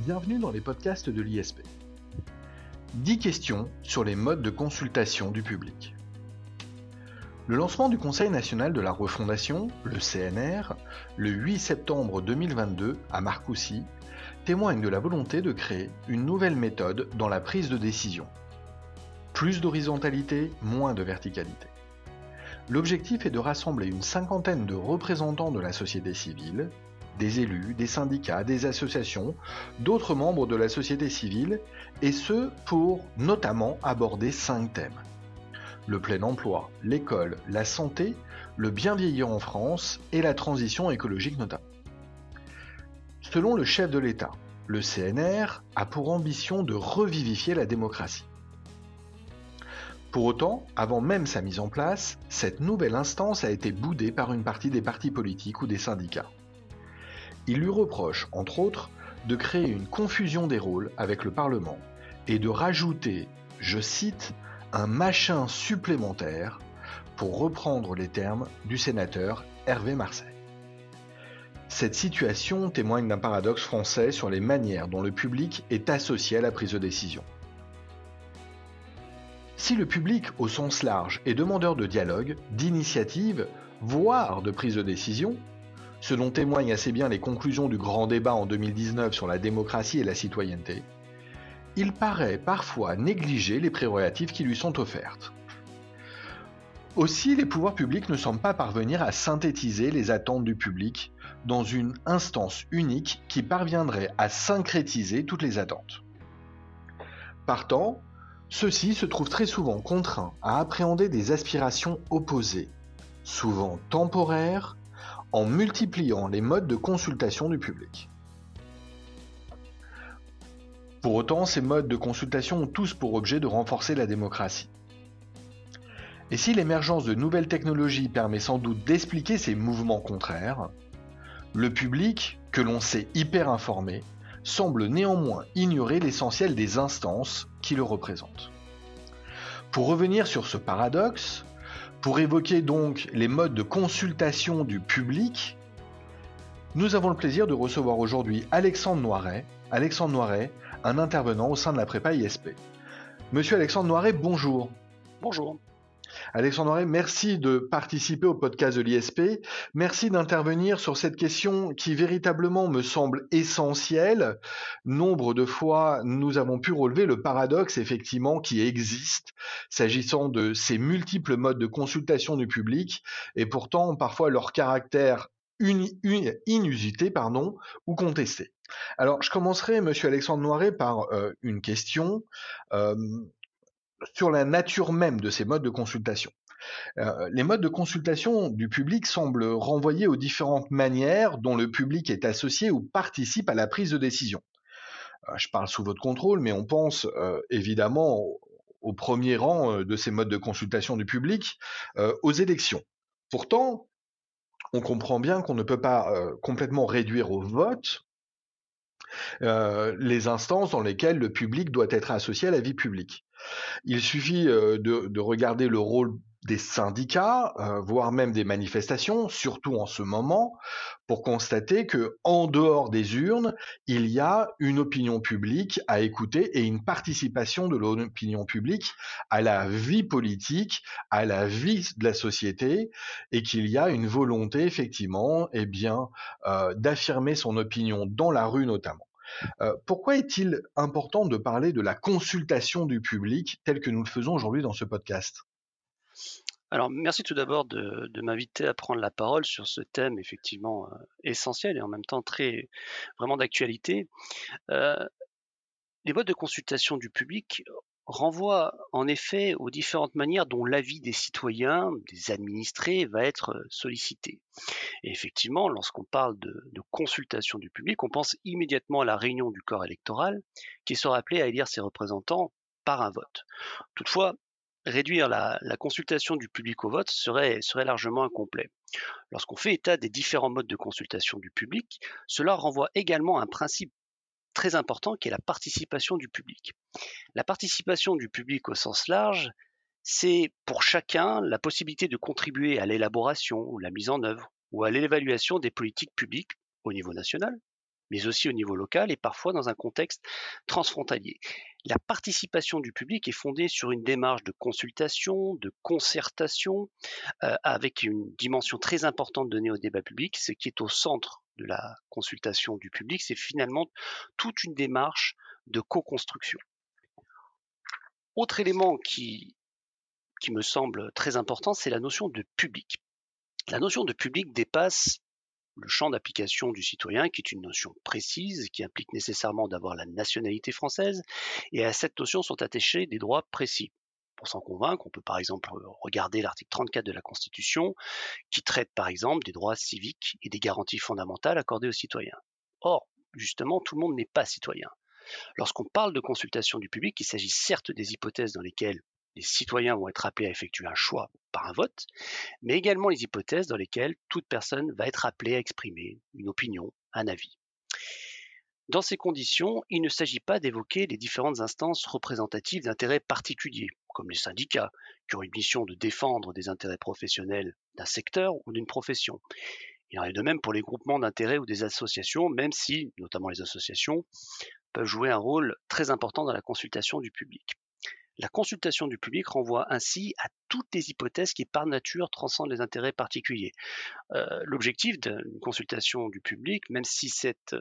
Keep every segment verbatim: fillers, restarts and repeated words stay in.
Bienvenue dans les podcasts de l'I S P. dix questions sur les modes de consultation du public. Le lancement du Conseil national de la refondation, le C N R, le huit septembre deux mille vingt-deux à Marcoussis, témoigne de la volonté de créer une nouvelle méthode dans la prise de décision. Plus d'horizontalité, moins de verticalité. L'objectif est de rassembler une cinquantaine de représentants de la société civile, des élus, des syndicats, des associations, d'autres membres de la société civile, et ce pour notamment aborder cinq thèmes. Le plein emploi, l'école, la santé, le bien vieillir en France et la transition écologique notamment. Selon le chef de l'État, le C N R a pour ambition de revivifier la démocratie. Pour autant, avant même sa mise en place, cette nouvelle instance a été boudée par une partie des partis politiques ou des syndicats. Il lui reproche, entre autres, de créer une confusion des rôles avec le Parlement et de rajouter, je cite, un machin supplémentaire, pour reprendre les termes du sénateur Hervé Marseille. Cette situation témoigne d'un paradoxe français sur les manières dont le public est associé à la prise de décision. Si le public, au sens large, est demandeur de dialogue, d'initiative, voire de prise de décision, ce dont témoignent assez bien les conclusions du grand débat en deux mille dix-neuf sur la démocratie et la citoyenneté, il paraît parfois négliger les prérogatives qui lui sont offertes. Aussi, les pouvoirs publics ne semblent pas parvenir à synthétiser les attentes du public dans une instance unique qui parviendrait à syncrétiser toutes les attentes. Partant, ceux-ci se trouvent très souvent contraints à appréhender des aspirations opposées, souvent temporaires, en multipliant les modes de consultation du public. Pour autant, ces modes de consultation ont tous pour objet de renforcer la démocratie. Et si l'émergence de nouvelles technologies permet sans doute d'expliquer ces mouvements contraires, le public, que l'on sait hyper informé, semble néanmoins ignorer l'essentiel des instances qui le représentent. Pour revenir sur ce paradoxe, pour évoquer donc les modes de consultation du public, nous avons le plaisir de recevoir aujourd'hui Alexandre Noiret, Alexandre Noiret, un intervenant au sein de la prépa I S P. Monsieur Alexandre Noiret, bonjour. Bonjour. Alexandre Noiret, merci de participer au podcast de l'I S P. Merci d'intervenir sur cette question qui véritablement me semble essentielle. Nombre de fois, nous avons pu relever le paradoxe effectivement qui existe s'agissant de ces multiples modes de consultation du public et pourtant parfois leur caractère uni- uni- inusité pardon, ou contesté. Alors, je commencerai, monsieur Alexandre Noiret, par euh, une question. Euh, sur la nature même de ces modes de consultation. Euh, les modes de consultation du public semblent renvoyer aux différentes manières dont le public est associé ou participe à la prise de décision. Euh, je parle sous votre contrôle, mais on pense euh, évidemment au, au premier rang euh, de ces modes de consultation du public, euh, aux élections. Pourtant, on comprend bien qu'on ne peut pas euh, complètement réduire au vote euh, les instances dans lesquelles le public doit être associé à la vie publique. Il suffit euh, de, de regarder le rôle des syndicats, euh, voire même des manifestations, surtout en ce moment, pour constater que, en dehors des urnes, il y a une opinion publique à écouter et une participation de l'opinion publique à la vie politique, à la vie de la société, et qu'il y a une volonté, effectivement, eh bien, euh, d'affirmer son opinion dans la rue notamment. Euh, pourquoi est-il important de parler de la consultation du public tel que nous le faisons aujourd'hui dans ce podcast ? Alors, merci tout d'abord de, de m'inviter à prendre la parole sur ce thème effectivement euh, essentiel et en même temps très vraiment d'actualité. Euh, les modes de consultation du public renvoient en effet aux différentes manières dont l'avis des citoyens, des administrés, va être sollicité. Et effectivement, lorsqu'on parle de, de consultation du public, on pense immédiatement à la réunion du corps électoral qui sera appelé à élire ses représentants par un vote. Toutefois, réduire la, la consultation du public au vote serait, serait largement incomplet. Lorsqu'on fait état des différents modes de consultation du public, cela renvoie également à un principe très important qui est la participation du public. La participation du public au sens large, c'est pour chacun la possibilité de contribuer à l'élaboration ou la mise en œuvre ou à l'évaluation des politiques publiques au niveau national, mais aussi au niveau local et parfois dans un contexte transfrontalier. La participation du public est fondée sur une démarche de consultation, de concertation, euh, avec une dimension très importante donnée au débat public. Ce qui est au centre de la consultation du public, c'est finalement toute une démarche de co-construction. Autre élément qui, qui me semble très important, c'est la notion de public. La notion de public dépasse le champ d'application du citoyen, qui est une notion précise, qui implique nécessairement d'avoir la nationalité française, et à cette notion sont attachés des droits précis. Pour s'en convaincre, on peut par exemple regarder l'article trente-quatre de la Constitution, qui traite par exemple des droits civiques et des garanties fondamentales accordées aux citoyens. Or, justement, tout le monde n'est pas citoyen. Lorsqu'on parle de consultation du public, il s'agit certes des hypothèses dans lesquelles les citoyens vont être appelés à effectuer un choix par un vote, mais également les hypothèses dans lesquelles toute personne va être appelée à exprimer une opinion, un avis. Dans ces conditions, il ne s'agit pas d'évoquer les différentes instances représentatives d'intérêts particuliers, comme les syndicats, qui ont une mission de défendre des intérêts professionnels d'un secteur ou d'une profession. Il en est de même pour les groupements d'intérêts ou des associations, même si, notamment les associations, peuvent jouer un rôle très important dans la consultation du public. La consultation du public renvoie ainsi à toutes les hypothèses qui, par nature, transcendent les intérêts particuliers. Euh, l'objectif d'une consultation du public, même si c'est euh,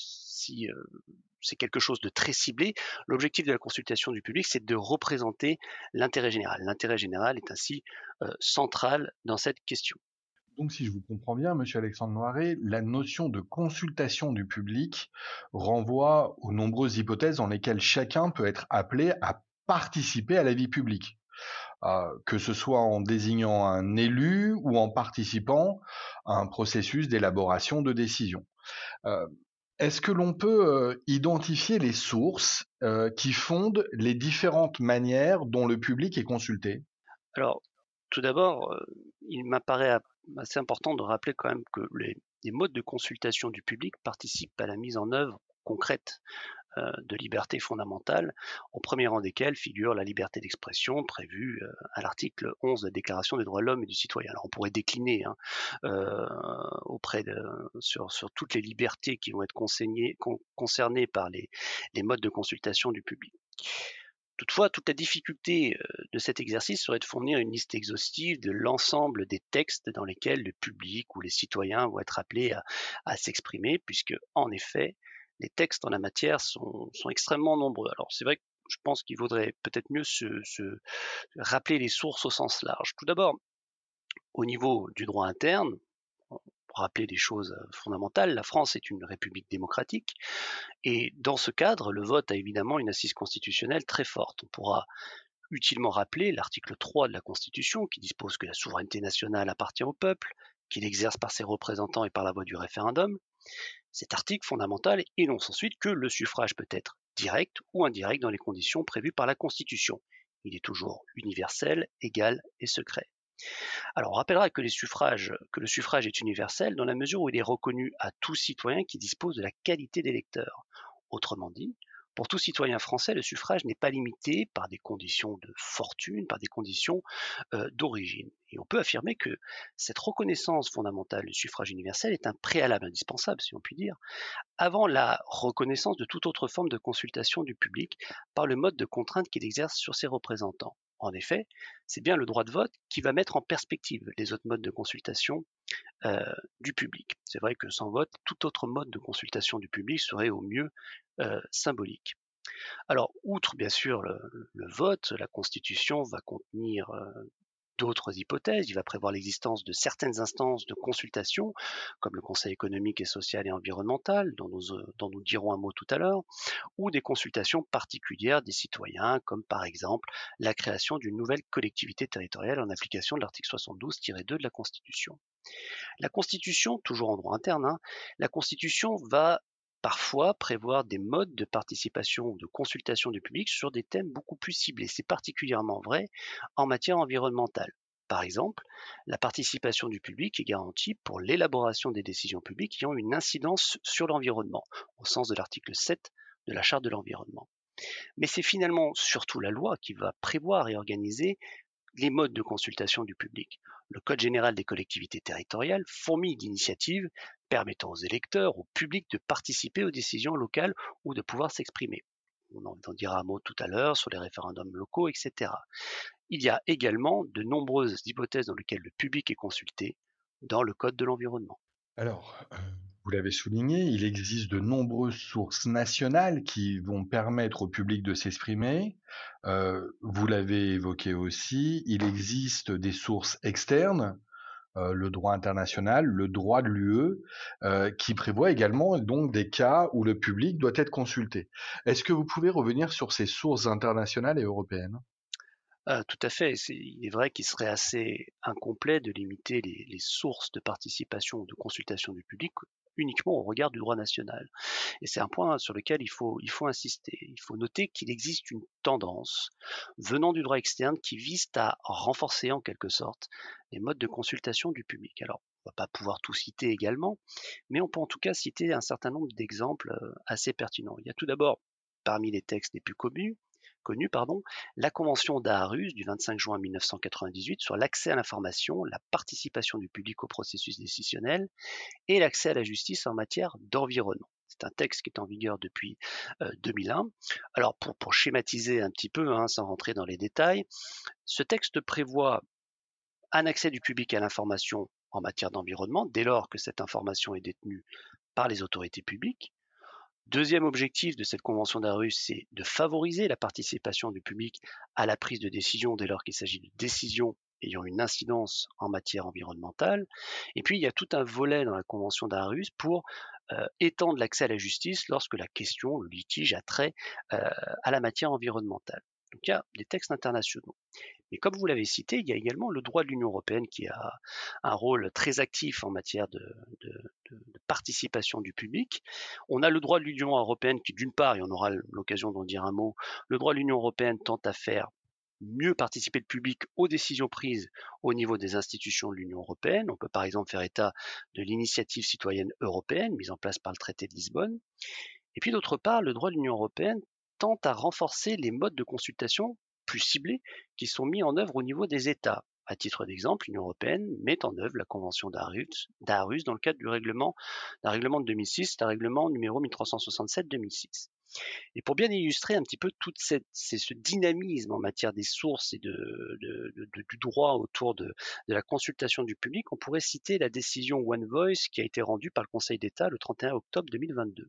si, euh, c'est quelque chose de très ciblé, l'objectif de la consultation du public, c'est de représenter l'intérêt général. L'intérêt général est ainsi euh, central dans cette question. Donc, si je vous comprends bien, Monsieur Alexandre Noiret, la notion de consultation du public renvoie aux nombreuses hypothèses dans lesquelles chacun peut être appelé à participer à la vie publique, euh, que ce soit en désignant un élu ou en participant à un processus d'élaboration de décisions. Euh, Est-ce que l'on peut euh, identifier les sources euh, qui fondent les différentes manières dont le public est consulté? Alors, tout d'abord, euh, il m'apparaît assez important de rappeler quand même que les, les modes de consultation du public participent à la mise en œuvre concrète euh, de libertés fondamentales, au premier rang desquelles figure la liberté d'expression prévue euh, à l'article onze de la Déclaration des droits de l'homme et du citoyen. Alors on pourrait décliner hein, euh, auprès de, sur, sur toutes les libertés qui vont être concernées, con, concernées par les, les modes de consultation du public. Toutefois, toute la difficulté de cet exercice serait de fournir une liste exhaustive de l'ensemble des textes dans lesquels le public ou les citoyens vont être appelés à, à s'exprimer, puisque, en effet, les textes en la matière sont, sont extrêmement nombreux. Alors, c'est vrai que je pense qu'il vaudrait peut-être mieux se, se rappeler les sources au sens large. Tout d'abord, au niveau du droit interne, pour rappeler des choses fondamentales, la France est une république démocratique et dans ce cadre, le vote a évidemment une assise constitutionnelle très forte. On pourra utilement rappeler l'article trois de la Constitution qui dispose que la souveraineté nationale appartient au peuple, qu'il exerce par ses représentants et par la voie du référendum. Cet article fondamental énonce ensuite que le suffrage peut être direct ou indirect dans les conditions prévues par la Constitution. Il est toujours universel, égal et secret. Alors on rappellera que, les suffrages, que le suffrage est universel dans la mesure où il est reconnu à tout citoyen qui dispose de la qualité d'électeur. Autrement dit, pour tout citoyen français, le suffrage n'est pas limité par des conditions de fortune, par des conditions euh, d'origine. Et on peut affirmer que cette reconnaissance fondamentale du suffrage universel est un préalable indispensable, si on peut dire, avant la reconnaissance de toute autre forme de consultation du public par le mode de contrainte qu'il exerce sur ses représentants. En effet, c'est bien le droit de vote qui va mettre en perspective les autres modes de consultation euh, du public. C'est vrai que sans vote, tout autre mode de consultation du public serait au mieux euh, symbolique. Alors, outre bien sûr le, le vote, la Constitution va contenir euh, d'autres hypothèses. Il va prévoir l'existence de certaines instances de consultation, comme le Conseil économique et social et environnemental, dont nous, dont nous dirons un mot tout à l'heure, ou des consultations particulières des citoyens, comme par exemple la création d'une nouvelle collectivité territoriale en application de l'article soixante-douze tiret deux de la Constitution. La Constitution, toujours en droit interne, hein, la Constitution va parfois prévoir des modes de participation ou de consultation du public sur des thèmes beaucoup plus ciblés. C'est particulièrement vrai en matière environnementale. Par exemple, la participation du public est garantie pour l'élaboration des décisions publiques qui ont une incidence sur l'environnement, au sens de l'article sept de la Charte de l'environnement. Mais c'est finalement surtout la loi qui va prévoir et organiser les modes de consultation du public. Le Code général des collectivités territoriales fourmille d'initiatives permettant aux électeurs, au public de participer aux décisions locales ou de pouvoir s'exprimer. On en en dira un mot tout à l'heure sur les référendums locaux, et cetera. Il y a également de nombreuses hypothèses dans lesquelles le public est consulté dans le Code de l'environnement. Alors, heu, vous l'avez souligné, il existe de nombreuses sources nationales qui vont permettre au public de s'exprimer. Heu, vous l'avez évoqué aussi, il existe des sources externes, heu, le droit international, le droit de l'U E, heu, qui prévoit également donc des cas où le public doit être consulté. Est-ce que vous pouvez revenir sur ces sources internationales et européennes? Ah, tout à fait, c'est il est vrai qu'il serait assez incomplet de limiter les les sources de participation ou de consultation du public uniquement au regard du droit national. Et c'est un point sur lequel il faut il faut insister. Il faut noter qu'il existe une tendance venant du droit externe qui vise à renforcer en quelque sorte les modes de consultation du public. Alors, on va pas pouvoir tout citer également, mais on peut en tout cas citer un certain nombre d'exemples, heu, assez pertinents. Il y a tout d'abord, parmi les textes les plus connus connus, pardon, la convention d'Aarhus du vingt-cinq juin mille neuf cent quatre-vingt-dix-huit sur l'accès à l'information, la participation du public au processus décisionnel et l'accès à la justice en matière d'environnement. C'est un texte qui est en vigueur depuis euh, deux mille un. Alors pour, pour schématiser un petit peu, hein, sans rentrer dans les détails, ce texte prévoit un accès du public à l'information en matière d'environnement dès lors que cette information est détenue par les autorités publiques. Deuxième objectif de cette convention d'Aarhus, c'est de favoriser la participation du public à la prise de décision dès lors qu'il s'agit de décisions ayant une incidence en matière environnementale. Et puis, il y a tout un volet dans la convention d'Aarhus pour euh, étendre l'accès à la justice lorsque la question, le litige, a trait euh, à la matière environnementale. Donc, il y a des textes internationaux. Mais comme vous l'avez cité, il y a également le droit de l'Union européenne qui a un rôle très actif en matière de, de, de, de participation du public. On a le droit de l'Union européenne qui, d'une part, et on aura l'occasion d'en dire un mot, le droit de l'Union européenne tente à faire mieux participer le public aux décisions prises au niveau des institutions de l'Union européenne. On peut par exemple faire état de l'initiative citoyenne européenne mise en place par le traité de Lisbonne. Et puis d'autre part, le droit de l'Union européenne tente à renforcer les modes de consultation plus ciblés qui sont mis en œuvre au niveau des États. À titre d'exemple, l'Union européenne met en œuvre la Convention d'Aarhus, d'Aarhus dans le cadre du règlement, d'un règlement de deux mille six, c'est un règlement numéro mille trois cent soixante-sept deux mille six. Et pour bien illustrer un petit peu tout cette, ce dynamisme en matière des sources et de, de, de, de, du droit autour de, de la consultation du public, on pourrait citer la décision One Voice qui a été rendue par le Conseil d'État le trente et un octobre deux mille vingt-deux.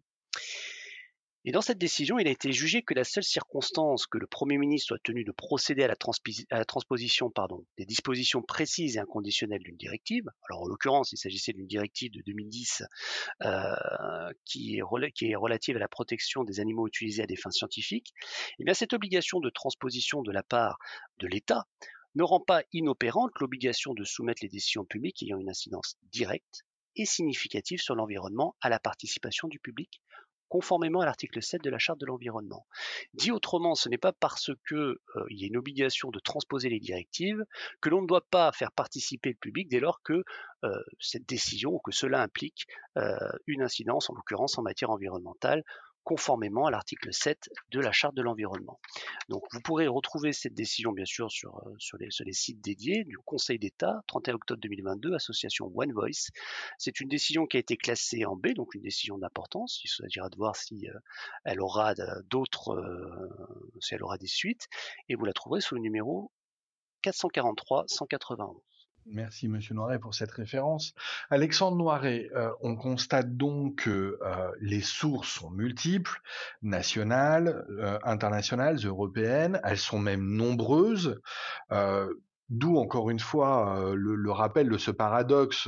Et dans cette décision, il a été jugé que la seule circonstance que le Premier ministre soit tenu de procéder à la, à la transposition pardon, des dispositions précises et inconditionnelles d'une directive, alors en l'occurrence il s'agissait d'une directive de deux mille dix euh, qui, est qui est relative à la protection des animaux utilisés à des fins scientifiques, et bien cette obligation de transposition de la part de l'État ne rend pas inopérante l'obligation de soumettre les décisions publiques ayant une incidence directe et significative sur l'environnement à la participation du public, conformément à l'article sept de la Charte de l'environnement. Dit autrement, ce n'est pas parce qu'il euh, y a une obligation de transposer les directives que l'on ne doit pas faire participer le public dès lors que euh, cette décision ou que cela implique euh, une incidence, en l'occurrence en matière environnementale, conformément à l'article sept de la Charte de l'environnement. Donc vous pourrez retrouver cette décision bien sûr sur, euh, sur, les, sur les sites dédiés du Conseil d'État, trente et un octobre deux mille vingt-deux, association One Voice. C'est une décision qui a été classée en B, donc une décision d'importance. Il s'agira de voir si euh, elle aura d'autres, euh, si elle aura des suites, et vous la trouverez sous le numéro quatre cent quarante-trois cent quatre-vingt-onze. Merci Monsieur Noiret pour cette référence. Alexandre Noiret, euh, on constate donc que euh, les sources sont multiples, nationales, euh, internationales, européennes, elles sont même nombreuses. Euh, D'où encore une fois euh, le, le rappel de ce paradoxe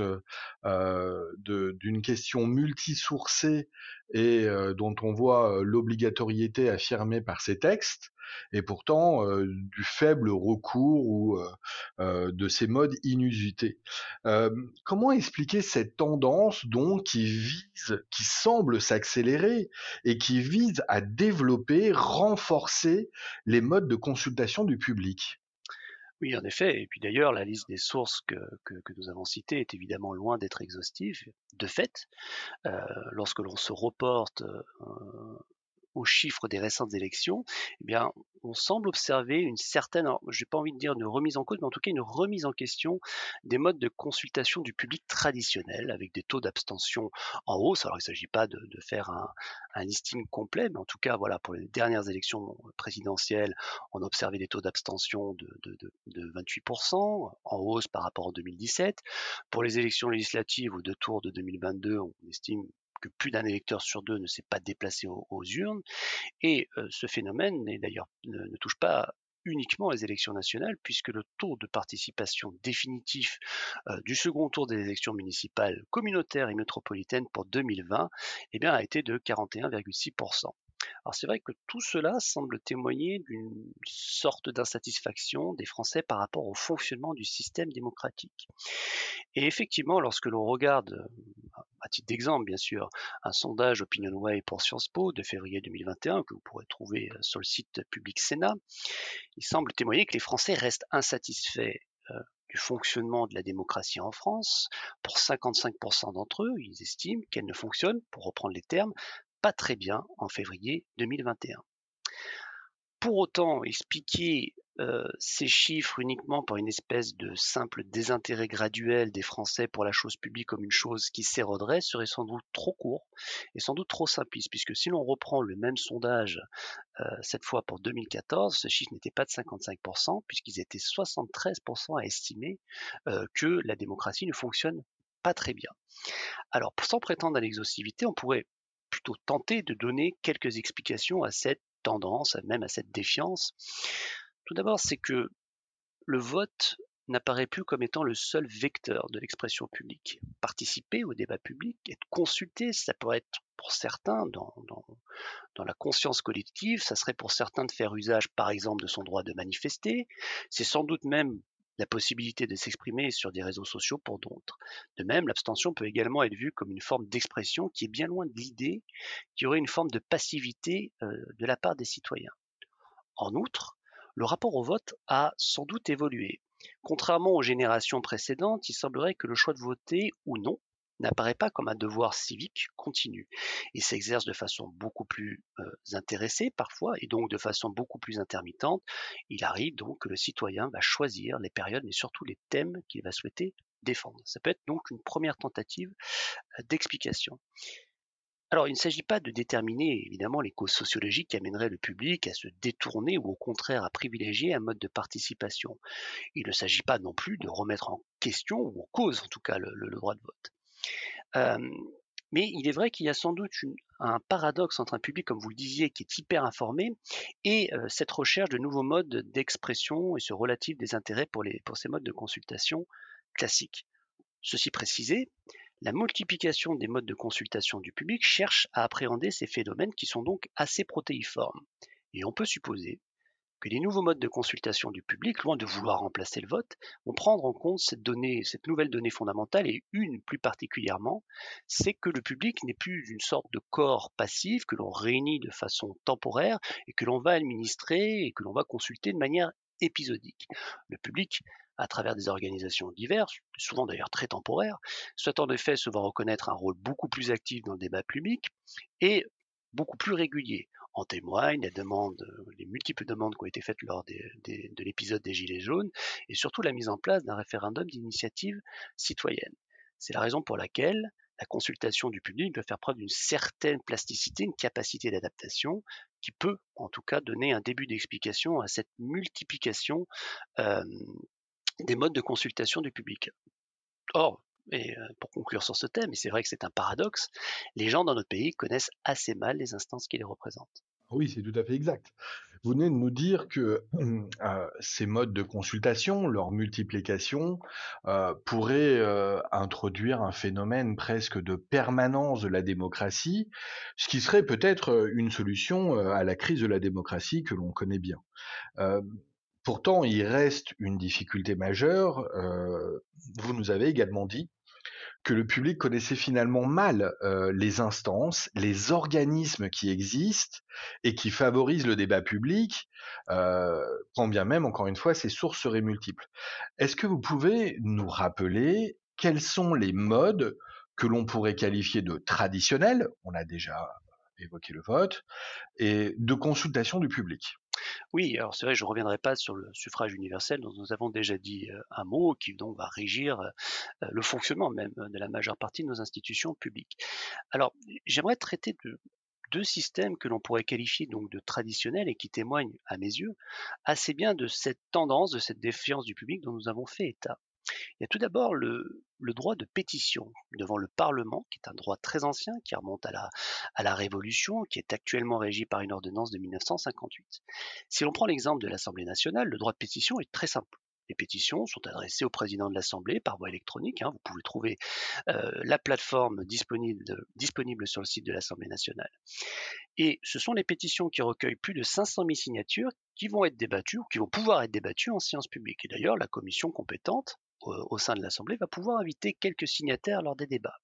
euh, d'une question multisourcée et euh, dont on voit euh, l'obligatoriété affirmée par ces textes, et pourtant euh, du faible recours ou euh, euh, de ces modes inusités. Euh, comment expliquer cette tendance donc qui vise, qui semble s'accélérer et qui vise à développer, renforcer les modes de consultation du public? Oui, en effet. Et puis d'ailleurs, la liste des sources que, que, que nous avons citées est évidemment loin d'être exhaustive. De fait, euh, lorsque l'on se reporte euh, aux chiffres des récentes élections, eh bien, on semble observer une certaine, alors, j'ai pas envie de dire une remise en cause, mais en tout cas une remise en question des modes de consultation du public traditionnels, avec des taux d'abstention en hausse. Alors, il ne s'agit pas de, de faire un, un listing complet, mais en tout cas, voilà, pour les dernières élections présidentielles, on a observé des taux d'abstention de, de, de, de vingt-huit pour cent, en hausse par rapport à deux mille dix-sept. Pour les élections législatives ou deux tours de deux mille vingt-deux, on estime que plus d'un électeur sur deux ne s'est pas déplacé aux, aux urnes. Et euh, ce phénomène n'est d'ailleurs ne, ne touche pas uniquement les élections nationales, puisque le taux de participation définitif euh, du second tour des élections municipales, communautaires et métropolitaines pour deux mille vingt eh bien, a été de quarante et un virgule six pour cent. Alors c'est vrai que tout cela semble témoigner d'une sorte d'insatisfaction des Français par rapport au fonctionnement du système démocratique. Et effectivement, lorsque l'on regarde, à titre d'exemple bien sûr, un sondage OpinionWay pour Sciences Po de février deux mille vingt et un que vous pourrez trouver sur le site Public Sénat, il semble témoigner que les Français restent insatisfaits euh, du fonctionnement de la démocratie en France. Pour cinquante-cinq pour cent d'entre eux, ils estiment qu'elle ne fonctionne, pour reprendre les termes, pas très bien en février deux mille vingt et un. Pour autant, expliquer euh, ces chiffres uniquement par une espèce de simple désintérêt graduel des Français pour la chose publique comme une chose qui s'éroderait serait sans doute trop court et sans doute trop simpliste, puisque si l'on reprend le même sondage euh, cette fois pour deux mille quatorze, ce chiffre n'était pas de cinquante-cinq pour cent, puisqu'ils étaient soixante-treize pour cent à estimer euh, que la démocratie ne fonctionne pas très bien. Alors, sans prétendre à l'exhaustivité, on pourrait plutôt tenter de donner quelques explications à cette tendance, même à cette défiance. Tout d'abord, c'est que le vote n'apparaît plus comme étant le seul vecteur de l'expression publique. Participer au débat public, être consulté, ça pourrait être pour certains dans, dans, dans la conscience collective, ça serait pour certains de faire usage par exemple de son droit de manifester, c'est sans doute même la possibilité de s'exprimer sur des réseaux sociaux pour d'autres. De même, l'abstention peut également être vue comme une forme d'expression qui est bien loin de l'idée qu'il y aurait une forme de passivité euh, de la part des citoyens. En outre, le rapport au vote a sans doute évolué. Contrairement aux générations précédentes, il semblerait que le choix de voter ou non n'apparaît pas comme un devoir civique continu et s'exerce de façon beaucoup plus euh, intéressée parfois et donc de façon beaucoup plus intermittente. Il arrive donc que le citoyen va choisir les périodes mais surtout les thèmes qu'il va souhaiter défendre. Ça peut être donc une première tentative euh, d'explication. Alors, il ne s'agit pas de déterminer évidemment les causes sociologiques qui amèneraient le public à se détourner ou au contraire à privilégier un mode de participation. Il ne s'agit pas non plus de remettre en question ou en cause en tout cas le, le, le droit de vote. Euh, mais il est vrai qu'il y a sans doute une, un paradoxe entre un public, comme vous le disiez, qui est hyper informé et euh, cette recherche de nouveaux modes d'expression et ce relatif désintérêt pour, les, pour ces modes de consultation classiques. Ceci précisé, la multiplication des modes de consultation du public cherche à appréhender ces phénomènes qui sont donc assez protéiformes. Et on peut supposer que les nouveaux modes de consultation du public, loin de vouloir remplacer le vote, vont prendre en compte cette, donnée, cette nouvelle donnée fondamentale, et une plus particulièrement, c'est que le public n'est plus une sorte de corps passif que l'on réunit de façon temporaire et que l'on va administrer et que l'on va consulter de manière épisodique. Le public, à travers des organisations diverses, souvent d'ailleurs très temporaires, souhaite en effet se voir reconnaître un rôle beaucoup plus actif dans le débat public et beaucoup plus régulier. En témoignent les demandes, les multiples demandes qui ont été faites lors des, des, de l'épisode des Gilets jaunes et surtout la mise en place d'un référendum d'initiative citoyenne. C'est la raison pour laquelle la consultation du public doit faire preuve d'une certaine plasticité, une capacité d'adaptation qui peut en tout cas donner un début d'explication à cette multiplication euh, des modes de consultation du public. Or, et pour conclure sur ce thème, et c'est vrai que c'est un paradoxe, les gens dans notre pays connaissent assez mal les instances qui les représentent. Oui, c'est tout à fait exact. Vous venez de nous dire que euh, ces modes de consultation, leur multiplication, euh, pourraient euh, introduire un phénomène presque de permanence de la démocratie, ce qui serait peut-être une solution euh, à la crise de la démocratie que l'on connaît bien. Euh, pourtant, il reste une difficulté majeure. Euh, vous nous avez également dit que le public connaissait finalement mal euh, les instances, les organismes qui existent et qui favorisent le débat public, euh, quand bien même, encore une fois, ces sources seraient multiples. Est-ce que vous pouvez nous rappeler quels sont les modes que l'on pourrait qualifier de traditionnels? On a déjà évoqué le vote, et de consultation du public. Oui, alors c'est vrai, je ne reviendrai pas sur le suffrage universel dont nous avons déjà dit euh, un mot, qui donc va régir euh, le fonctionnement même euh, de la majeure partie de nos institutions publiques. Alors, j'aimerais traiter de deux systèmes que l'on pourrait qualifier donc de traditionnels et qui témoignent, à mes yeux, assez bien de cette tendance, de cette défiance du public dont nous avons fait état. Il y a tout d'abord le, le droit de pétition devant le Parlement, qui est un droit très ancien, qui remonte à la, à la Révolution, qui est actuellement régi par une ordonnance de mille neuf cent cinquante-huit. Si l'on prend l'exemple de l'Assemblée nationale, le droit de pétition est très simple. Les pétitions sont adressées au président de l'Assemblée par voie électronique. Hein, vous pouvez trouver euh, la plateforme disponible, disponible sur le site de l'Assemblée nationale. Et ce sont les pétitions qui recueillent plus de cinq cent mille signatures qui vont être débattues ou qui vont pouvoir être débattues en séance publique. Et d'ailleurs, la commission compétente au, au sein de l'Assemblée va pouvoir inviter quelques signataires lors des débats.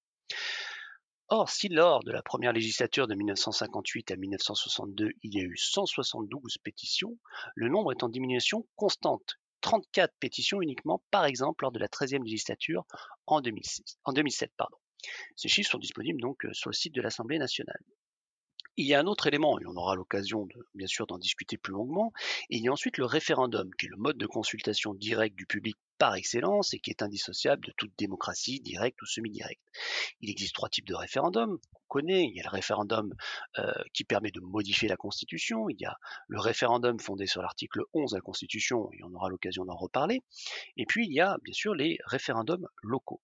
Or, si lors de la première législature de mille neuf cent cinquante-huit à mille neuf cent soixante-deux, il y a eu cent soixante-douze pétitions, le nombre est en diminution constante. trente-quatre pétitions uniquement, par exemple, lors de la treizième législature en, deux mille six, en deux mille sept. Pardon. Ces chiffres sont disponibles donc sur le site de l'Assemblée nationale. Il y a un autre élément, et on aura l'occasion de, bien sûr d'en discuter plus longuement, et il y a ensuite le référendum, qui est le mode de consultation direct du public par excellence et qui est indissociable de toute démocratie directe ou semi-directe. Il existe trois types de référendums qu'on connaît. Il y a le référendum euh, qui permet de modifier la Constitution, il y a le référendum fondé sur l'article onze de la Constitution, et on aura l'occasion d'en reparler, et puis il y a bien sûr les référendums locaux.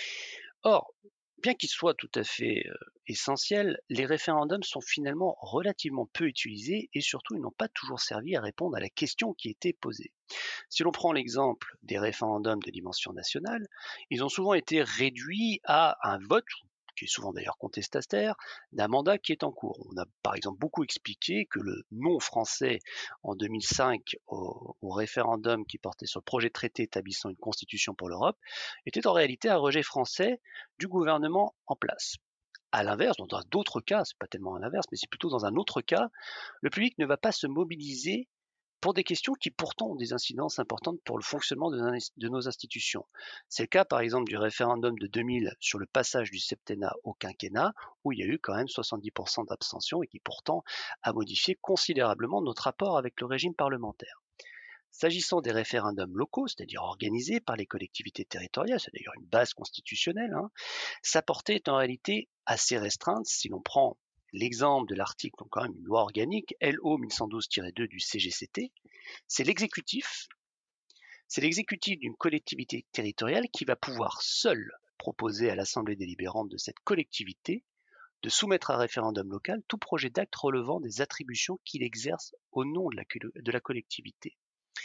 Or, bien qu'ils soient tout à fait euh, essentiels, les référendums sont finalement relativement peu utilisés et surtout ils n'ont pas toujours servi à répondre à la question qui était posée. Si l'on prend l'exemple des référendums de dimension nationale, ils ont souvent été réduits à un vote, qui est souvent d'ailleurs contestataire, d'un mandat qui est en cours. On a par exemple beaucoup expliqué que le non français en deux mille cinq au, au référendum qui portait sur le projet de traité établissant une constitution pour l'Europe était en réalité un rejet français du gouvernement en place. À l'inverse, dans d'autres cas, c'est pas tellement à l'inverse, mais c'est plutôt dans un autre cas, le public ne va pas se mobiliser pour des questions qui pourtant ont des incidences importantes pour le fonctionnement de, de nos institutions. C'est le cas par exemple du référendum de deux mille sur le passage du septennat au quinquennat, où il y a eu quand même soixante-dix pour cent d'abstention et qui pourtant a modifié considérablement notre rapport avec le régime parlementaire. S'agissant des référendums locaux, c'est-à-dire organisés par les collectivités territoriales, c'est d'ailleurs une base constitutionnelle, hein, sa portée est en réalité assez restreinte si l'on prend l'exemple de l'article, donc quand même une loi organique, L O mille cent douze tiret deux du C G C T, c'est l'exécutif, c'est l'exécutif d'une collectivité territoriale qui va pouvoir seul proposer à l'Assemblée délibérante de cette collectivité de soumettre à référendum local tout projet d'acte relevant des attributions qu'il exerce au nom de la, de la collectivité.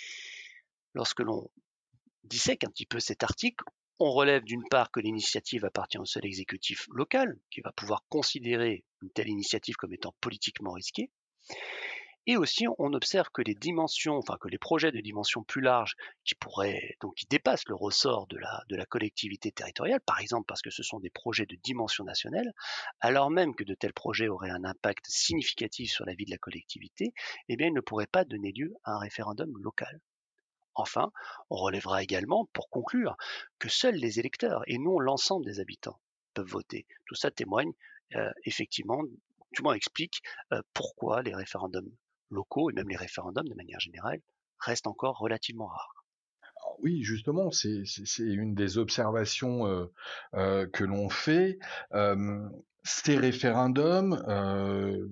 Lorsque l'on dissèque un petit peu cet article, on relève d'une part que l'initiative appartient au seul exécutif local, qui va pouvoir considérer une telle initiative comme étant politiquement risquée, et aussi on observe que les dimensions, enfin que les projets de dimension plus large qui pourraient, donc qui dépassent le ressort de la, de la collectivité territoriale, par exemple parce que ce sont des projets de dimension nationale, alors même que de tels projets auraient un impact significatif sur la vie de la collectivité, eh bien ils ne pourraient pas donner lieu à un référendum local. Enfin, on relèvera également, pour conclure, que seuls les électeurs et non l'ensemble des habitants peuvent voter. Tout ça témoigne euh, effectivement, du moins explique euh, pourquoi les référendums locaux et même les référendums de manière générale restent encore relativement rares. Alors oui, justement, c'est c'est c'est une des observations, heu heu, que l'on fait. Hem, ces référendums, heu,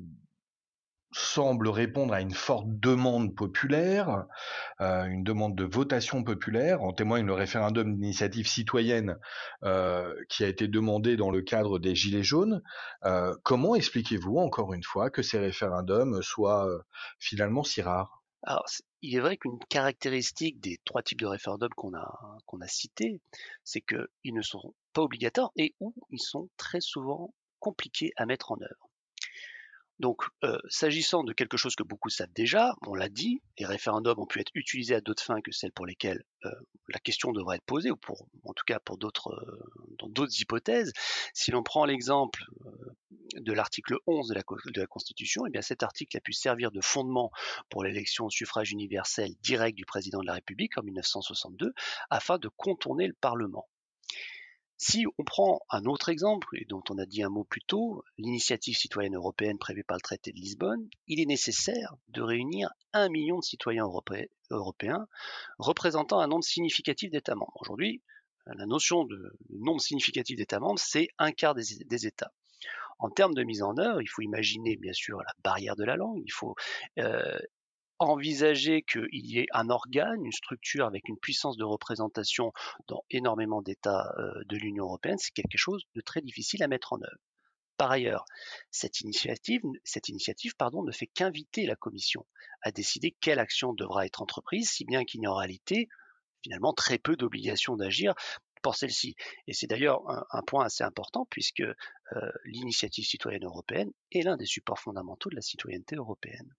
semblent répondre à une forte demande populaire, heu, une demande de votation populaire. En témoigne le référendum d'initiative citoyenne, heu, qui a été demandé dans le cadre des gilets jaunes. Heu, comment expliquez-vous, encore une fois, que ces référendums soient, heu, finalement si rares? Alors, il est vrai qu'une caractéristique des trois types de référendums qu'on a, qu'on a cités, c'est qu'ils ne sont pas obligatoires et ou ils sont très souvent compliqués à mettre en œuvre. Donc, euh, s'agissant de quelque chose que beaucoup savent déjà, on l'a dit, les référendums ont pu être utilisés à d'autres fins que celles pour lesquelles euh, la question devrait être posée, ou pour, en tout cas pour d'autres, euh, dans d'autres hypothèses. Si l'on prend l'exemple euh, de l'article onze de la, de la Constitution, eh bien cet article a pu servir de fondement pour l'élection au suffrage universel direct du président de la République en mille neuf cent soixante-deux, afin de contourner le Parlement. Si on prend un autre exemple, et dont on a dit un mot plus tôt, l'initiative citoyenne européenne prévue par le traité de Lisbonne, il est nécessaire de réunir un million de citoyens europé- européens représentant un nombre significatif d'États membres. Aujourd'hui, la notion de nombre significatif d'États membres, c'est un quart des, des États. En termes de mise en œuvre, il faut imaginer bien sûr la barrière de la langue, il faut euh, envisager qu'il y ait un organe, une structure avec une puissance de représentation dans énormément d'États euh, de l'Union européenne, c'est quelque chose de très difficile à mettre en œuvre. Par ailleurs, cette initiative, cette initiative pardon, ne fait qu'inviter la Commission à décider quelle action devra être entreprise, si bien qu'il n'y a en réalité finalement très peu d'obligations d'agir pour celle-ci. Et c'est d'ailleurs un, un point assez important puisque euh, l'initiative citoyenne européenne est l'un des supports fondamentaux de la citoyenneté européenne.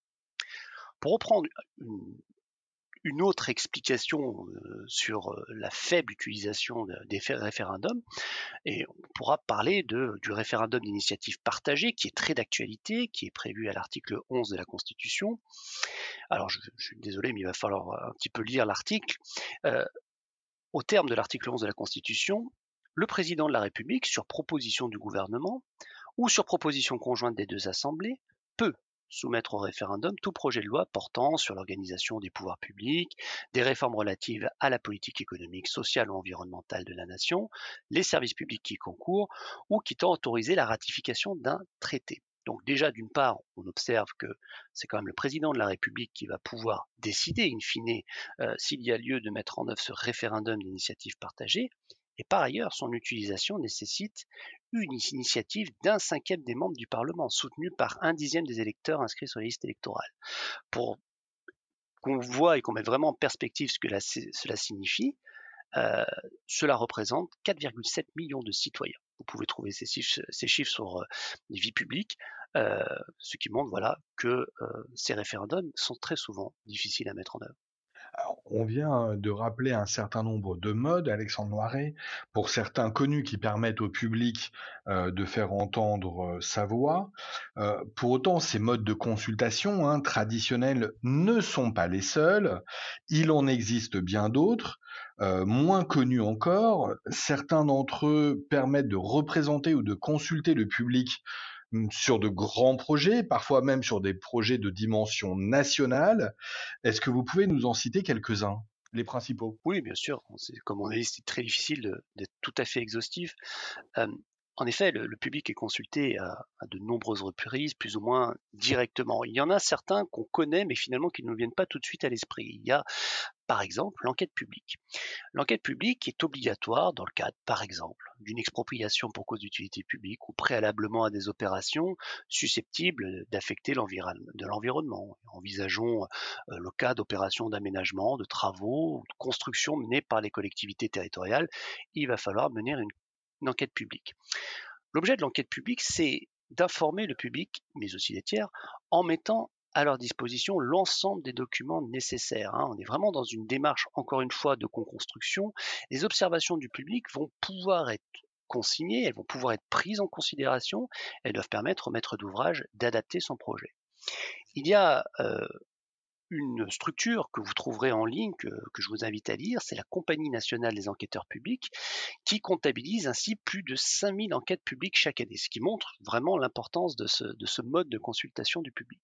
Pour reprendre une, une autre explication euh, sur euh, la faible utilisation de, des référendums, et on pourra parler de, du référendum d'initiative partagée qui est très d'actualité, qui est prévu à l'article onze de la Constitution. Alors je, je suis désolé, mais il va falloir un petit peu lire l'article. Euh, au terme de l'article onze de la Constitution, le président de la République, sur proposition du gouvernement ou sur proposition conjointe des deux assemblées, peut soumettre au référendum tout projet de loi portant sur l'organisation des pouvoirs publics, des réformes relatives à la politique économique, sociale ou environnementale de la nation, les services publics qui y concourent, ou qui tend à autoriser la ratification d'un traité. Donc déjà, d'une part, on observe que c'est quand même le président de la République qui va pouvoir décider, in fine, euh, s'il y a lieu de mettre en œuvre ce référendum d'initiative partagée, et par ailleurs, son utilisation nécessite une initiative d'un cinquième des membres du Parlement, soutenue par un dixième des électeurs inscrits sur les listes électorales. Pour qu'on voit et qu'on mette vraiment en perspective ce que la, cela signifie, euh, cela représente quatre virgule sept millions de citoyens. Vous pouvez trouver ces chiffres, ces chiffres sur euh, les vies publiques, euh, ce qui montre voilà, que euh, ces référendums sont très souvent difficiles à mettre en œuvre. Alors, on vient de rappeler un certain nombre de modes, Alexandre Noiret, pour certains connus qui permettent au public euh, de faire entendre euh, sa voix. Euh, pour autant, ces modes de consultation hein, traditionnels ne sont pas les seuls. Il en existe bien d'autres, euh, moins connus encore. Certains d'entre eux permettent de représenter ou de consulter le public mm, sur de grands projets, parfois même sur des projets de dimension nationale. Est-ce que vous pouvez nous en citer quelques-uns, les principaux? Oui, bien sûr, c'est, comme on a dit, c'est très difficile de, d'être tout à fait exhaustif. Euh, en effet, le, le public est consulté à, à de nombreuses reprises, plus ou moins directement. Il y en a certains qu'on connaît, mais finalement qui ne nous viennent pas tout de suite à l'esprit. Il y a, par exemple, l'enquête publique. L'enquête publique est obligatoire dans le cadre, par exemple, d'une expropriation pour cause d'utilité publique ou préalablement à des opérations susceptibles d'affecter l'environ- de l'environnement. Envisageons euh, le cas d'opérations d'aménagement, de travaux ou de construction menées par les collectivités territoriales. Il va falloir mener une, une enquête publique. L'objet de l'enquête publique, c'est d'informer le public, mais aussi les tiers, en mettant à leur disposition l'ensemble des documents nécessaires. hein. On est vraiment dans une démarche, encore une fois, de co-construction. Les observations du public vont pouvoir être consignées, elles vont pouvoir être prises en considération, elles doivent permettre au maître d'ouvrage d'adapter son projet. Il y a euh, une structure que vous trouverez en ligne, que, que je vous invite à lire, c'est la Compagnie nationale des enquêteurs publics, qui comptabilise ainsi plus de cinq mille enquêtes publiques chaque année, ce qui montre vraiment l'importance de ce, de ce mode de consultation du public.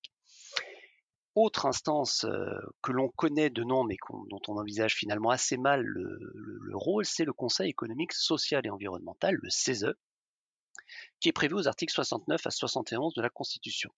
Autre instance euh, que l'on connaît de nom, mais dont on envisage finalement assez mal le, le, le rôle, c'est le Conseil économique, social et environnemental, le C E S E, qui est prévu aux articles soixante-neuf à soixante et onze de la Constitution.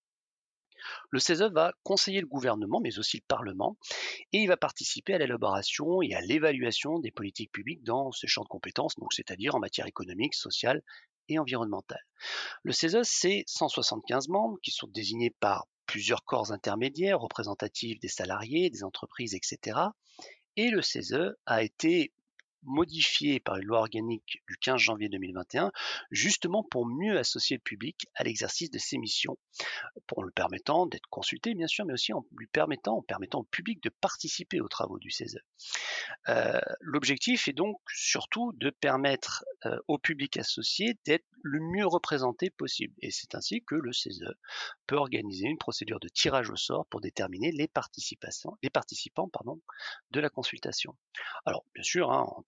Le C E S E va conseiller le gouvernement, mais aussi le Parlement, et il va participer à l'élaboration et à l'évaluation des politiques publiques dans ses champs de compétences, donc c'est-à-dire en matière économique, sociale et environnementale. Le C E S E, c'est cent soixante-quinze membres qui sont désignés par plusieurs corps intermédiaires représentatifs des salariés, des entreprises, et cetera. Et le C E S E a été modifié par une loi organique du quinze janvier deux mille vingt et un, justement pour mieux associer le public à l'exercice de ses missions, pour le permettant d'être consulté bien sûr, mais aussi en lui permettant, en permettant au public de participer aux travaux du C E S E. Euh, L'objectif est donc surtout de permettre euh, au public associé d'être le mieux représenté possible. Et c'est ainsi que le C E S E peut organiser une procédure de tirage au sort pour déterminer les, les participants pardon, de la consultation. Alors, bien sûr, hein, en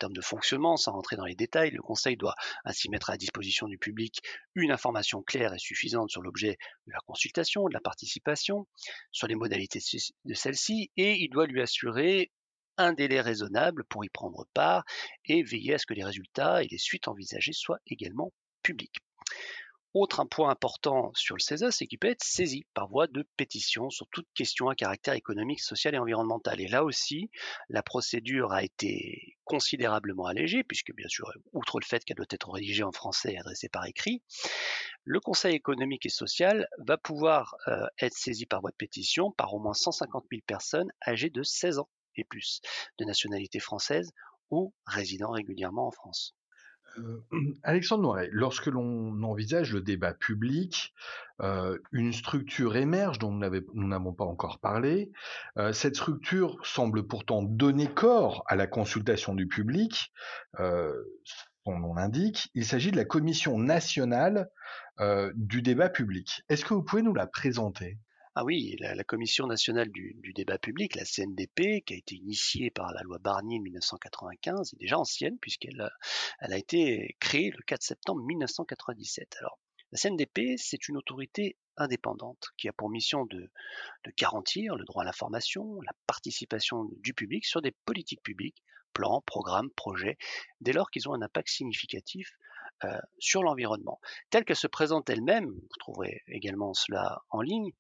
termes de fonctionnement, sans rentrer dans les détails, le Conseil doit ainsi mettre à la disposition du public une information claire et suffisante sur l'objet de la consultation, de la participation, sur les modalités de celle-ci, et il doit lui assurer un délai raisonnable pour y prendre part et veiller à ce que les résultats et les suites envisagées soient également publics. Autre un point important sur le C E S E, c'est qu'il peut être saisi par voie de pétition sur toute question à caractère économique, social et environnemental. Et là aussi, la procédure a été considérablement allégée, puisque bien sûr, outre le fait qu'elle doit être rédigée en français et adressée par écrit, le Conseil économique et social va pouvoir euh, être saisi par voie de pétition par au moins cent cinquante mille personnes âgées de seize ans et plus, de nationalité française ou résidant régulièrement en France. Euh, Alexandre Noiret, lorsque l'on envisage le débat public, euh, une structure émerge dont nous n'avons pas encore parlé. Euh, cette structure semble pourtant donner corps à la consultation du public. Euh, son nom l'indique, il s'agit de la Commission nationale euh, du débat public. Est-ce que vous pouvez nous la présenter? Ah oui, la, la Commission nationale du, du débat public, la C N D P, qui a été initiée par la loi Barnier de mille neuf cent quatre-vingt-quinze, est déjà ancienne puisqu'elle a, elle a été créée le quatre septembre mille neuf cent quatre-vingt-dix-sept. Alors, la C N D P, c'est une autorité indépendante qui a pour mission de, de garantir le droit à l'information, la participation du public sur des politiques publiques, plans, programmes, projets, dès lors qu'ils ont un impact significatif euh, sur l'environnement. Telle qu'elle se présente elle-même, vous trouverez également cela en ligne,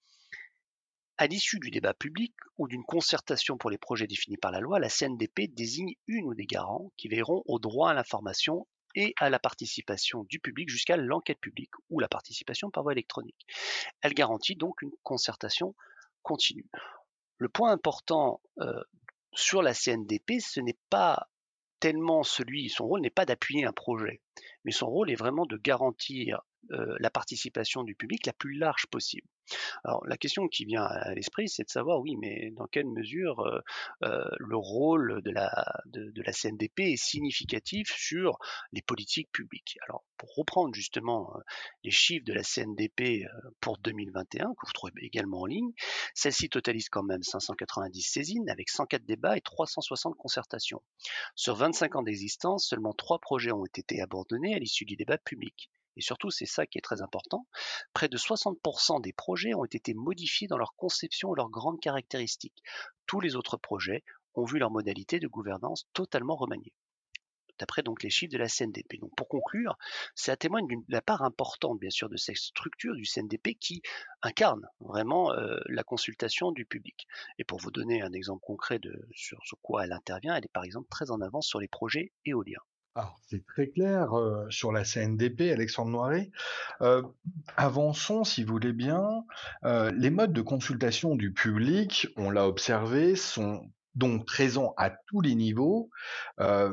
à l'issue du débat public ou d'une concertation pour les projets définis par la loi, la C N D P désigne une ou des garants qui veilleront au droit à l'information et à la participation du public jusqu'à l'enquête publique ou la participation par voie électronique. Elle garantit donc une concertation continue. Le point important euh, sur la C N D P, ce n'est pas tellement celui, son rôle n'est pas d'appuyer un projet, mais son rôle est vraiment de garantir euh, la participation du public la plus large possible. Alors la question qui vient à l'esprit, c'est de savoir, oui, mais dans quelle mesure euh, euh, le rôle de la, de, de la C N D P est significatif sur les politiques publiques. Alors pour reprendre justement euh, les chiffres de la C N D P euh, pour deux mille vingt et un, que vous trouvez également en ligne, celle-ci totalise quand même cinq cent quatre-vingt-dix saisines avec cent quatre débats et trois cent soixante concertations. Sur vingt-cinq ans d'existence, seulement trois projets ont été abandonnés à l'issue du débat public. Et surtout, c'est ça qui est très important, près de soixante pour cent des projets ont été modifiés dans leur conception et leurs grandes caractéristiques. Tous les autres projets ont vu leurs modalités de gouvernance totalement remaniées, d'après donc les chiffres de la C N D P. Donc pour conclure, ça témoigne de la part importante bien sûr de cette structure du C N D P qui incarne vraiment euh, la consultation du public. Et pour vous donner un exemple concret de sur, sur quoi elle intervient, elle est par exemple très en avance sur les projets éoliens. Alors, c'est très clair euh, sur la C N D P, Alexandre Noiret. Euh, avançons, si vous voulez bien. Euh, les modes de consultation du public, on l'a observé, sont donc présents à tous les niveaux, euh,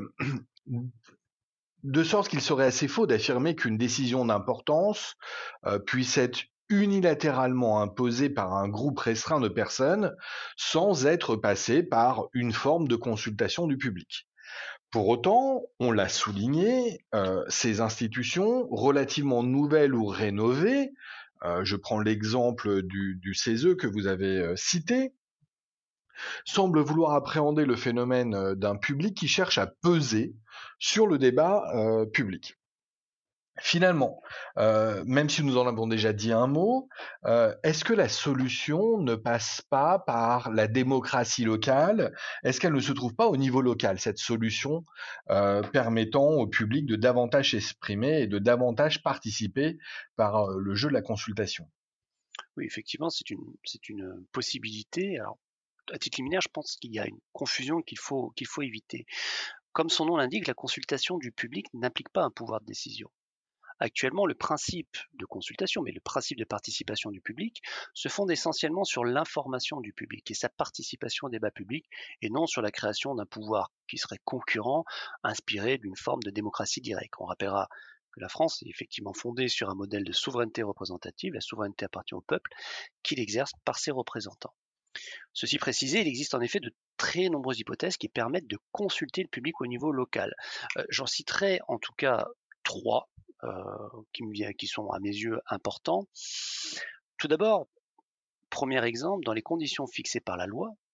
de sorte qu'il serait assez faux d'affirmer qu'une décision d'importance euh, puisse être unilatéralement imposée par un groupe restreint de personnes sans être passée par une forme de consultation du public. Pour autant, on l'a souligné, euh, ces institutions relativement nouvelles ou rénovées, euh, je prends l'exemple du, du C E S E que vous avez euh, cité, semblent vouloir appréhender le phénomène euh, d'un public qui cherche à peser sur le débat euh, public. Finalement, euh, même si nous en avons déjà dit un mot, euh, est-ce que la solution ne passe pas par la démocratie locale? Est-ce qu'elle ne se trouve pas au niveau local, cette solution euh, permettant au public de davantage s'exprimer et de davantage participer par euh, le jeu de la consultation? Oui, effectivement, c'est une, c'est une possibilité. Alors, à titre liminaire, je pense qu'il y a une confusion qu'il faut, qu'il faut éviter. Comme son nom l'indique, la consultation du public n'implique pas un pouvoir de décision. Actuellement, le principe de consultation, mais le principe de participation du public, se fonde essentiellement sur l'information du public et sa participation au débat public, et non sur la création d'un pouvoir qui serait concurrent, inspiré d'une forme de démocratie directe. On rappellera que la France est effectivement fondée sur un modèle de souveraineté représentative, la souveraineté appartient au peuple, qu'il exerce par ses représentants. Ceci précisé, il existe en effet de très nombreuses hypothèses qui permettent de consulter le public au niveau local. Euh, J'en citerai en tout cas trois euh, qui, me vient, qui sont à mes yeux importants. Tout d'abord, premier exemple, dans les conditions fixées par la loi,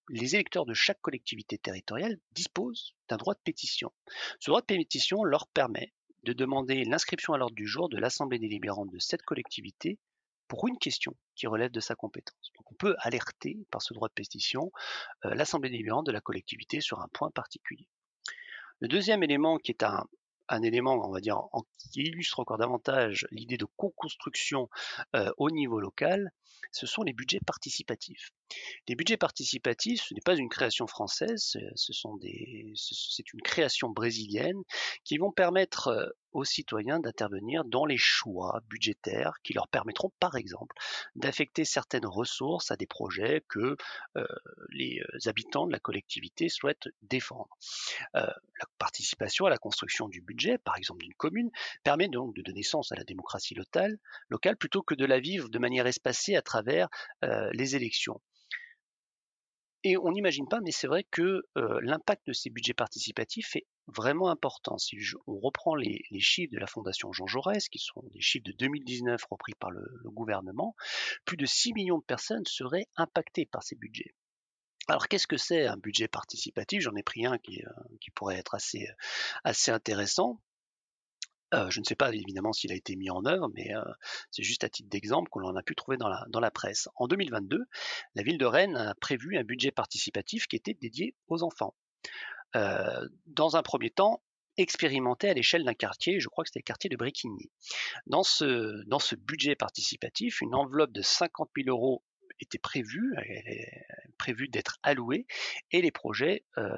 les électeurs de chaque collectivité territoriale disposent d'un droit de pétition. Ce droit de pétition leur permet de demander l'inscription à l'ordre du jour de l'assemblée délibérante de cette collectivité pour une question qui relève de sa compétence. Donc on peut alerter par ce droit de pétition euh, l'assemblée délibérante de la collectivité sur un point particulier. Le deuxième élément qui est un, un élément, on va dire, en, qui illustre encore davantage l'idée de co-construction euh, au niveau local, ce sont les budgets participatifs. Les budgets participatifs, ce n'est pas une création française, ce sont des, c'est une création brésilienne qui vont permettre euh, aux citoyens d'intervenir dans les choix budgétaires qui leur permettront, par exemple, d'affecter certaines ressources à des projets que euh, les habitants de la collectivité souhaitent défendre. Euh, la participation à la construction du budget, par exemple d'une commune, permet donc de donner sens à la démocratie locale, locale plutôt que de la vivre de manière espacée à travers euh, les élections. Et on n'imagine pas, mais c'est vrai que euh, l'impact de ces budgets participatifs est vraiment important. Si je, on reprend les, les chiffres de la Fondation Jean Jaurès, qui sont des chiffres de deux mille dix-neuf repris par le, le gouvernement, plus de six millions de personnes seraient impactées par ces budgets. Alors qu'est-ce que c'est un budget participatif? J'en ai pris un qui, euh, qui pourrait être assez, assez intéressant. Euh, je ne sais pas évidemment s'il a été mis en œuvre, mais euh, c'est juste à titre d'exemple qu'on en a pu trouver dans la, dans la presse. En deux mille vingt-deux, la ville de Rennes a prévu un budget participatif qui était dédié aux enfants. Euh, dans un premier temps, expérimenté à l'échelle d'un quartier, je crois que c'était le quartier de Bréquigny. Dans ce, dans ce budget participatif, une enveloppe de cinquante mille euros était prévue, prévue d'être allouée, et les projets euh,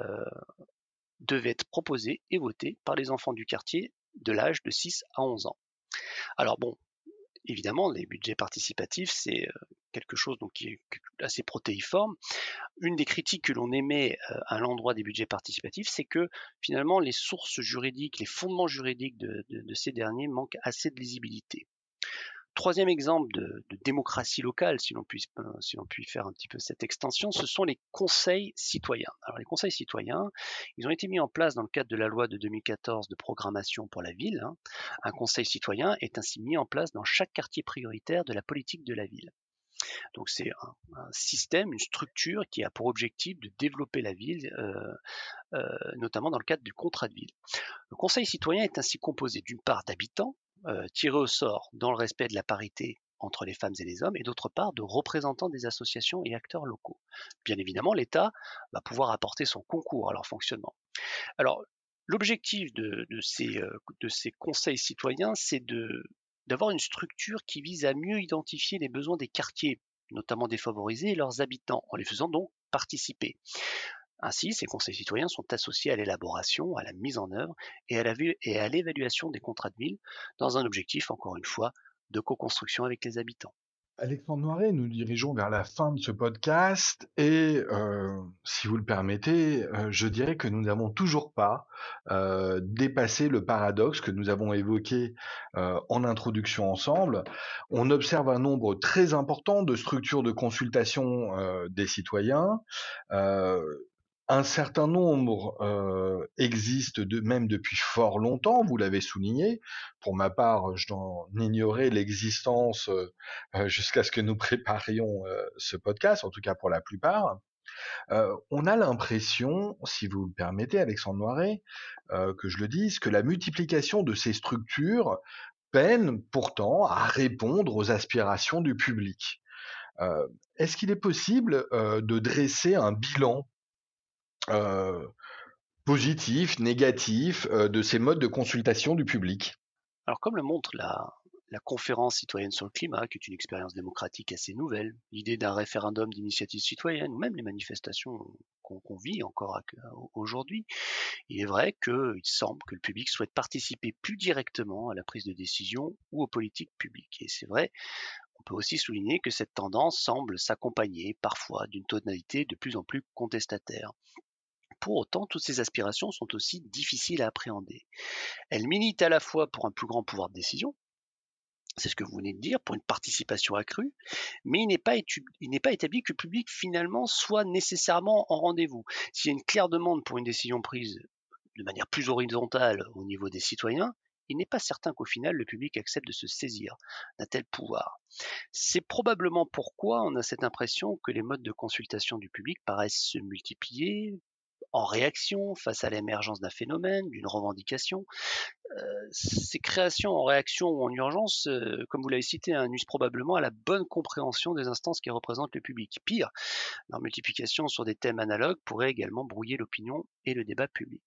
devaient être proposés et votés par les enfants du quartier de l'âge de six à onze ans. Alors bon, évidemment, les budgets participatifs, c'est quelque chose donc, qui est assez protéiforme. Une des critiques que l'on émet à l'endroit des budgets participatifs, c'est que finalement, les sources juridiques, les fondements juridiques de, de, de ces derniers manquent assez de lisibilité. Troisième exemple de, de démocratie locale, si l'on puisse, si l'on puisse faire un petit peu cette extension, ce sont les conseils citoyens. Alors les conseils citoyens, ils ont été mis en place dans le cadre de la loi de deux mille quatorze de programmation pour la ville. Hein. Un conseil citoyen est ainsi mis en place dans chaque quartier prioritaire de la politique de la ville. Donc c'est un, un système, une structure qui a pour objectif de développer la ville, euh, euh, notamment dans le cadre du contrat de ville. Le conseil citoyen est ainsi composé d'une part d'habitants, euh, tirés au sort dans le respect de la parité entre les femmes et les hommes, et d'autre part de représentants des associations et acteurs locaux. Bien évidemment, l'État va pouvoir apporter son concours à leur fonctionnement. Alors, l'objectif de, de, ces, de ces conseils citoyens, c'est de, d'avoir une structure qui vise à mieux identifier les besoins des quartiers, notamment défavorisés, et leurs habitants, en les faisant donc participer. Ainsi, ces conseils citoyens sont associés à l'élaboration, à la mise en œuvre et à, la, et à l'évaluation des contrats de ville dans un objectif, encore une fois, de co-construction avec les habitants. Alexandre Noiret, nous dirigeons vers la fin de ce podcast et euh, si vous le permettez, euh, je dirais que nous n'avons toujours pas euh, dépassé le paradoxe que nous avons évoqué euh, en introduction ensemble. On observe un nombre très important de structures de consultation euh, des citoyens. Euh, Un certain nombre euh, existent de, même depuis fort longtemps, vous l'avez souligné. Pour ma part, je n'en ignorais l'existence euh, jusqu'à ce que nous préparions euh, ce podcast, en tout cas pour la plupart. Euh, on a l'impression, si vous le permettez, Alexandre Noiret, euh, que je le dise, que la multiplication de ces structures peine pourtant à répondre aux aspirations du public. Euh, Est-ce qu'il est possible euh, de dresser un bilan euh, positif, négatif euh, de ces modes de consultation du public? Alors comme le montre la, la conférence citoyenne sur le climat, qui est une expérience démocratique assez nouvelle, l'idée d'un référendum d'initiative citoyenne, ou même les manifestations qu'on qu'on vit encore aujourd'hui, il est vrai qu'il semble que le public souhaite participer plus directement à la prise de décision ou aux politiques publiques. Et c'est vrai, on peut aussi souligner que cette tendance semble s'accompagner parfois d'une tonalité de plus en plus contestataire. Pour autant, toutes ces aspirations sont aussi difficiles à appréhender. Elles militent à la fois pour un plus grand pouvoir de décision, c'est ce que vous venez de dire, pour une participation accrue, mais il n'est pas, étu- il n'est pas établi que le public finalement soit nécessairement en rendez-vous. S'il y a une claire demande pour une décision prise de manière plus horizontale au niveau des citoyens, il n'est pas certain qu'au final le public accepte de se saisir d'un tel pouvoir. C'est probablement pourquoi on a cette impression que les modes de consultation du public paraissent se multiplier en réaction face à l'émergence d'un phénomène, d'une revendication. Euh, ces créations en réaction ou en urgence, euh, comme vous l'avez cité, hein, nuisent probablement à la bonne compréhension des instances qui représentent le public. Pire, leur multiplication sur des thèmes analogues pourrait également brouiller l'opinion et le débat public.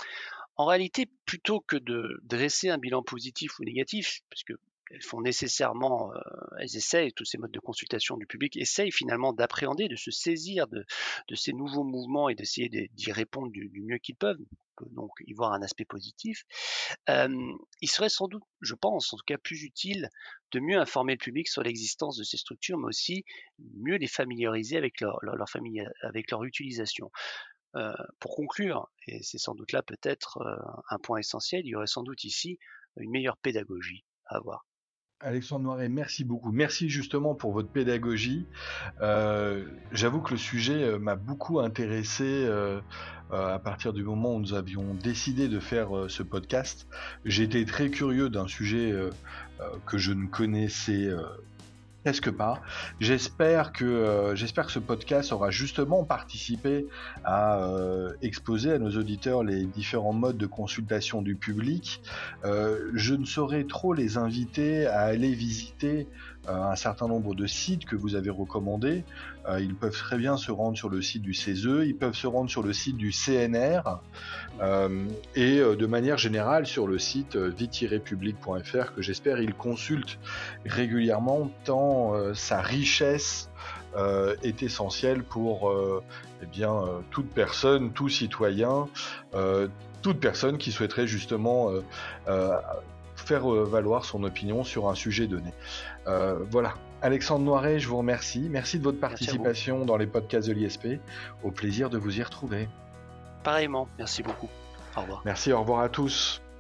En réalité, plutôt que de dresser un bilan positif ou négatif, parce que elles font nécessairement, euh, elles essayent, tous ces modes de consultation du public, essayent finalement d'appréhender, de se saisir de, de ces nouveaux mouvements et d'essayer d'y répondre du, du mieux qu'ils peuvent, donc y voir un aspect positif. Euh, il serait sans doute, je pense, en tout cas plus utile de mieux informer le public sur l'existence de ces structures, mais aussi mieux les familiariser avec leur, leur, leur, famille, avec leur utilisation. Euh, pour conclure, et c'est sans doute là peut-être euh, un point essentiel, il y aurait sans doute ici une meilleure pédagogie à avoir. Alexandre Noiret, merci beaucoup. Merci justement pour votre pédagogie. Euh, j'avoue que le sujet m'a beaucoup intéressé euh, euh, à partir du moment où nous avions décidé de faire euh, ce podcast. J'étais très curieux d'un sujet euh, euh, que je ne connaissais euh, presque pas. J'espère que euh, j'espère que ce podcast aura justement participé à euh, exposer à nos auditeurs les différents modes de consultation du public. Euh, je ne saurais trop les inviter à aller visiter euh, un certain nombre de sites que vous avez recommandés. Euh, ils peuvent très bien se rendre sur le site du C E S E, ils peuvent se rendre sur le site du C N R euh, et euh, de manière générale sur le site euh, vie tiret public point f r que j'espère ils consultent régulièrement tant euh, sa richesse euh, est essentielle pour euh, eh bien, euh, toute personne, tout citoyen, euh, toute personne qui souhaiterait justement euh, euh, faire valoir son opinion sur un sujet donné. Euh, voilà. Alexandre Noiret, je vous remercie. Merci de votre participation dans les podcasts de l'I S P. Au plaisir de vous y retrouver. Pareillement, merci beaucoup. Au revoir. Merci, au revoir à tous.